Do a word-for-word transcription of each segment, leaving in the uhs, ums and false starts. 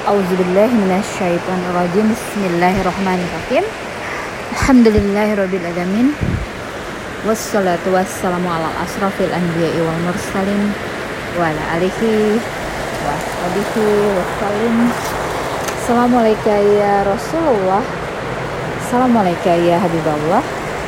Auzubillahi minasyaitonirrajim. Bismillahirrahmanirrahim. Alhamdulillahirabbil alamin. Wassalatu wassalamu ala asrafil anbiya'i wal mursalin wa ala alihi wa ashabihi wasallim. Assalamualaikum ya Rasulullah. Assalamualaikum ya Habibullah.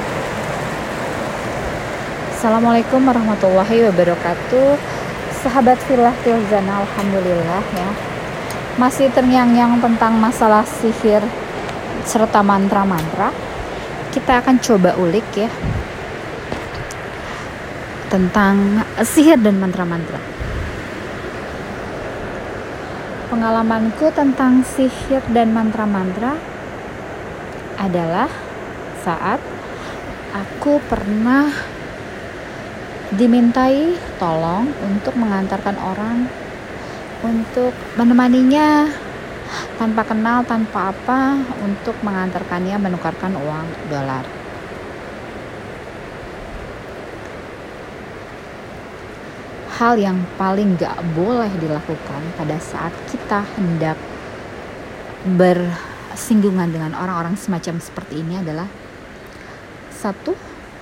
Assalamualaikum warahmatullahi wabarakatuh. Sahabat fillah filzana, alhamdulillah ya. Masih terngiang-ngiang tentang masalah sihir serta mantra-mantra. Kita akan coba ulik ya tentang sihir dan mantra-mantra. Pengalamanku tentang sihir dan mantra-mantra adalah saat aku pernah dimintai tolong untuk mengantarkan orang untuk menemaninya tanpa kenal, tanpa apa, untuk mengantarkannya menukarkan uang dolar. Hal yang paling gak boleh dilakukan pada saat kita hendak bersinggungan dengan orang-orang semacam seperti ini adalah satu,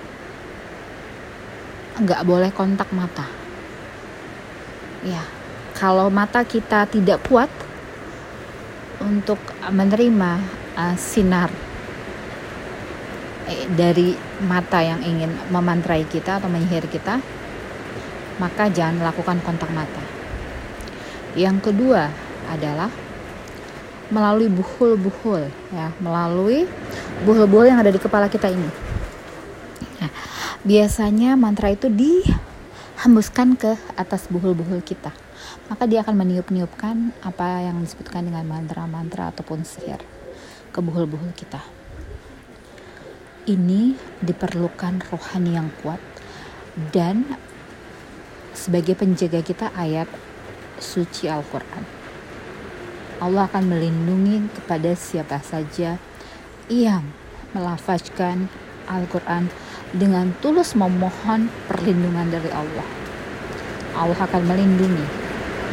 gak boleh kontak mata. Ya, kalau mata kita tidak kuat untuk menerima uh, sinar eh, dari mata yang ingin memantrai kita atau menyihir kita, maka jangan lakukan kontak mata. Yang kedua adalah melalui buhul-buhul, ya, melalui buhul-buhul yang ada di kepala kita ini. Nah, biasanya mantra itu dihembuskan ke atas buhul-buhul kita. Maka dia akan meniup-niupkan apa yang disebutkan dengan mantra-mantra ataupun sihir ke buhul-buhul kita. Ini diperlukan rohani yang kuat, dan sebagai penjaga kita ayat suci Al-Quran. Allah akan melindungi kepada siapa saja yang melafazkan Al-Quran dengan tulus memohon perlindungan dari Allah. Allah akan melindungi.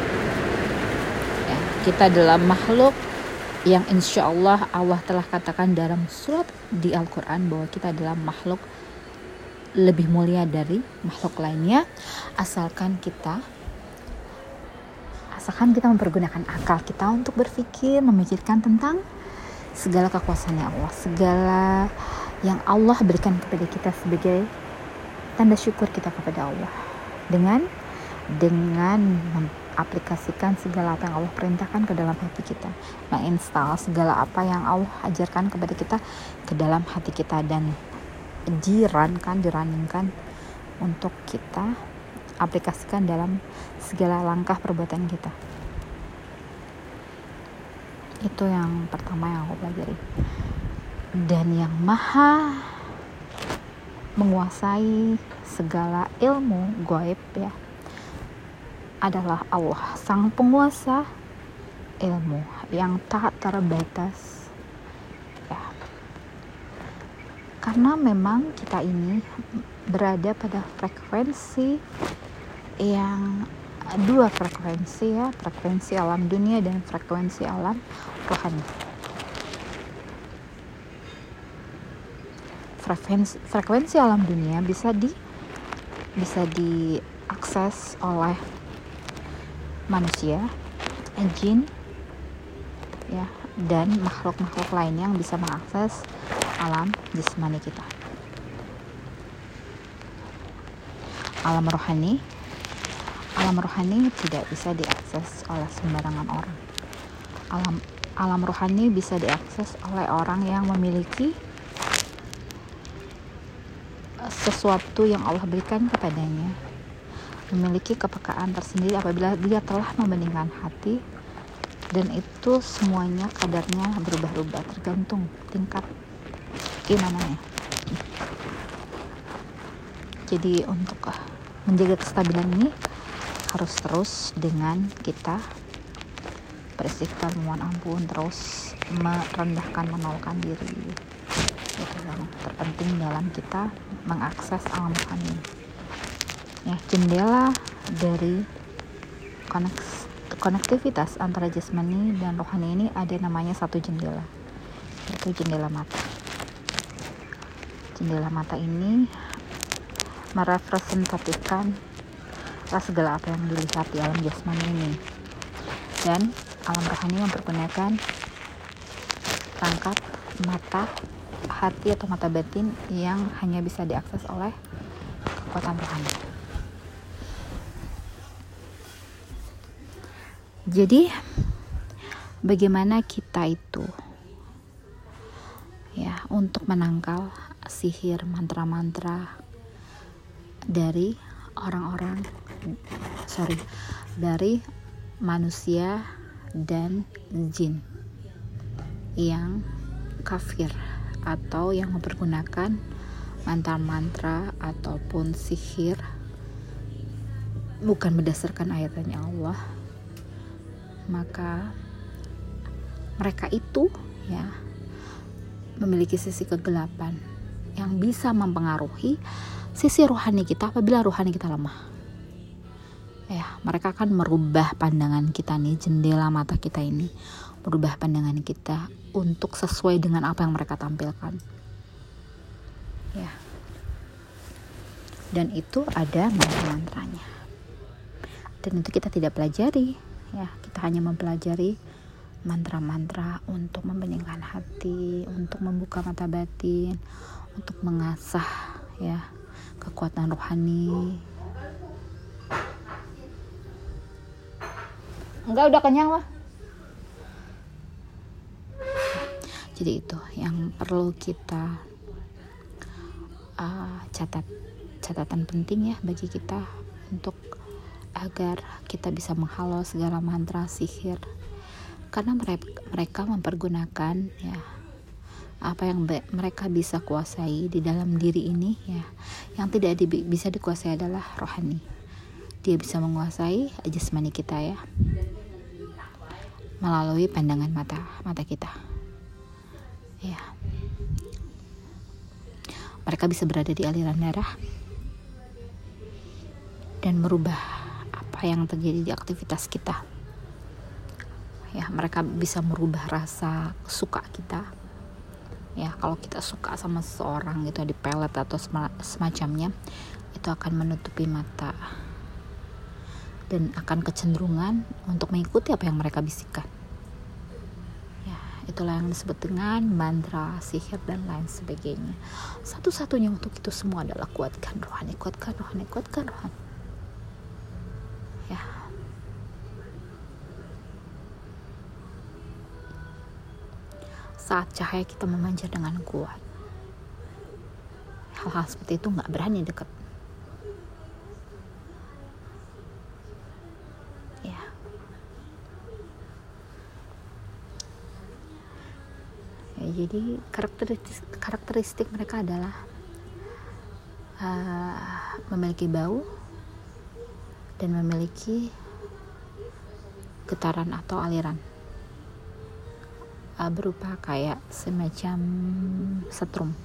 Kita adalah makhluk yang insya Allah Allah telah katakan dalam surat di Al-Quran bahwa kita adalah makhluk lebih mulia dari makhluk lainnya, asalkan kita asalkan kita mempergunakan akal kita untuk berpikir, memikirkan tentang segala kekuasaannya Allah, segala yang Allah berikan kepada kita sebagai tanda syukur kita kepada Allah, dengan dengan aplikasikan segala apa yang Allah perintahkan ke dalam hati kita, menginstal segala apa yang Allah ajarkan kepada kita ke dalam hati kita, dan dirankan, diraningkan untuk kita aplikasikan dalam segala langkah perbuatan kita. Itu yang pertama yang aku pelajari. Dan yang maha menguasai segala ilmu gaib ya adalah Allah, sang penguasa ilmu yang tak terbatas ya. Karena memang kita ini berada pada frekuensi yang dua frekuensi ya, frekuensi alam dunia dan frekuensi alam rohani. Frekuensi, frekuensi alam dunia bisa di bisa diakses oleh manusia, jin, ya, dan makhluk-makhluk lain yang bisa mengakses alam jasmani kita. Alam rohani, alam rohani tidak bisa diakses oleh sembarangan orang. Alam alam rohani bisa diakses oleh orang yang memiliki sesuatu yang Allah berikan kepadanya, memiliki kepekaan tersendiri apabila dia telah membeningkan hati, dan itu semuanya kadarnya berubah-ubah tergantung tingkat keimanannya. Jadi untuk menjaga kestabilan ini harus terus dengan kita beristighfar, memohon ampun, terus merendahkan, menolkan diri. Itu yang terpenting dalam kita mengakses alam rohani. Ya, jendela dari koneksi konektivitas antara jasmani dan rohani ini ada namanya satu jendela, yaitu jendela mata. Jendela mata ini merepresentasikan segala apa yang dilihat di alam jasmani ini, dan alam rohani mempergunakan rangkap mata hati atau mata batin yang hanya bisa diakses oleh kekuatan rohani. Jadi bagaimana kita itu ya untuk menangkal sihir mantra-mantra dari orang-orang sorry dari manusia dan jin yang kafir atau yang mempergunakan mantra-mantra ataupun sihir bukan berdasarkan ayat-ayatnya Allah, maka mereka itu ya memiliki sisi kegelapan yang bisa mempengaruhi sisi rohani kita apabila rohani kita lemah. Ya, mereka akan merubah pandangan kita nih, jendela mata kita ini, merubah pandangan kita untuk sesuai dengan apa yang mereka tampilkan. Ya. Dan itu ada mantra-mantranya. Dan itu kita tidak pelajari, ya, kita hanya mempelajari mantra-mantra untuk membeningkan hati, untuk membuka mata batin, untuk mengasah ya kekuatan rohani. Enggak, udah kenyang lah. Jadi itu yang perlu kita uh, catat, catatan penting ya bagi kita untuk agar kita bisa menghalau segala mantra sihir, karena mereka, mereka mempergunakan ya apa yang be- mereka bisa kuasai di dalam diri ini ya. Yang tidak di- bisa dikuasai adalah rohani. Dia bisa menguasai jasmani kita ya melalui pandangan mata mata kita ya. Mereka bisa berada di aliran darah dan merubah apa yang terjadi di aktivitas kita ya. Mereka bisa merubah rasa suka kita ya. Kalau kita suka sama seseorang gitu, dipelet atau semacamnya, itu akan menutupi mata dan akan kecenderungan untuk mengikuti apa yang mereka bisikan. Ya, itulah yang disebut dengan mantra, sihir dan lain sebagainya. Satu-satunya untuk itu semua adalah kuatkan rohani, kuatkan rohani, kuatkan rohani. Ya. Saat cahaya kita memancar dengan kuat, hal-hal seperti itu nggak berani dekat. Jadi karakteristik, karakteristik mereka adalah uh, memiliki bau dan memiliki getaran atau aliran uh, berupa kayak semacam setrum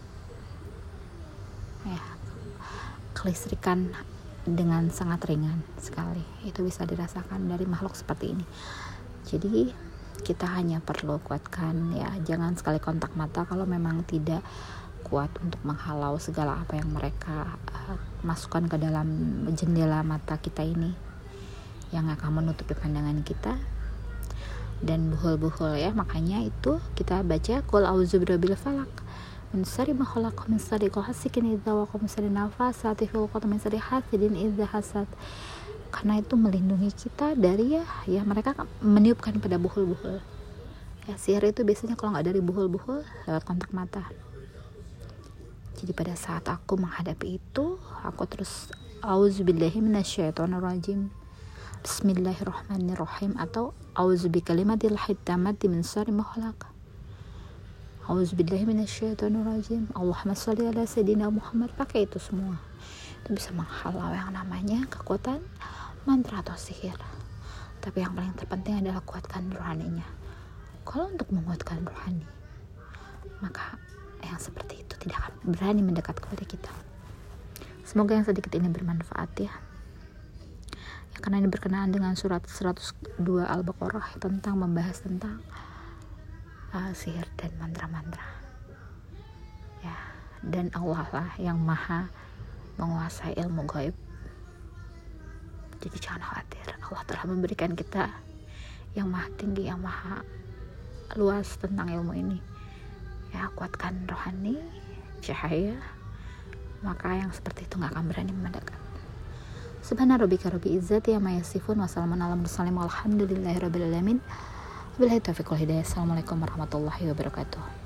ya, kelistrikan dengan sangat ringan sekali. Itu bisa dirasakan dari makhluk seperti ini. Jadi kita hanya perlu kuatkan ya, jangan sekali kontak mata kalau memang tidak kuat untuk menghalau segala apa yang mereka uh, masukkan ke dalam jendela mata kita ini yang akan menutupi pandangan kita dan buhul-buhul ya. Makanya itu kita baca qul a'udzu birabbil falaq min syarri ma khalaq min syarri ghasikin idza waqa min syarri nafasati fil 'uqad min syarri hasidin idza hasad. Karena itu melindungi kita dari ya, ya mereka meniupkan pada buhul-buhul. Ya, sihir itu biasanya kalau nggak dari buhul-buhul, lewat kontak mata. Jadi pada saat aku menghadapi itu, aku terus auzubillahi minasyaitonirrajim, bismillahirrahmanirrahim, atau auzubikalimatillahit tammati min syarri ma khalaq, auzubillahi minasyaitonirrajim, Allahumma shalli ala sayyidina Muhammad. Pakai itu semua, itu bisa menghalau yang namanya kekuatan mantra atau sihir. Tapi yang paling terpenting adalah kuatkan rohaninya. Kalau untuk menguatkan rohani, maka yang seperti itu tidak akan berani mendekat kepada kita. Semoga yang sedikit ini bermanfaat ya. karena ini berkenaan dengan surat seratus dua Al-Baqarah tentang membahas tentang uh, sihir dan mantra-mantra ya. Dan Allah lah yang maha menguasai ilmu gaib, jadi jangan khawatir, Allah telah memberikan kita yang maha tinggi, yang maha luas tentang ilmu ini ya. Kuatkan rohani, cahaya, maka yang seperti itu gak akan berani mendekat. Subhana rabbika rabbil izzati amma yasifun, wassalamun ala mursalin, walhamdulillahi rabbil alamin. Wabillahi taufiq wal hidayah. Assalamualaikum warahmatullahi wabarakatuh.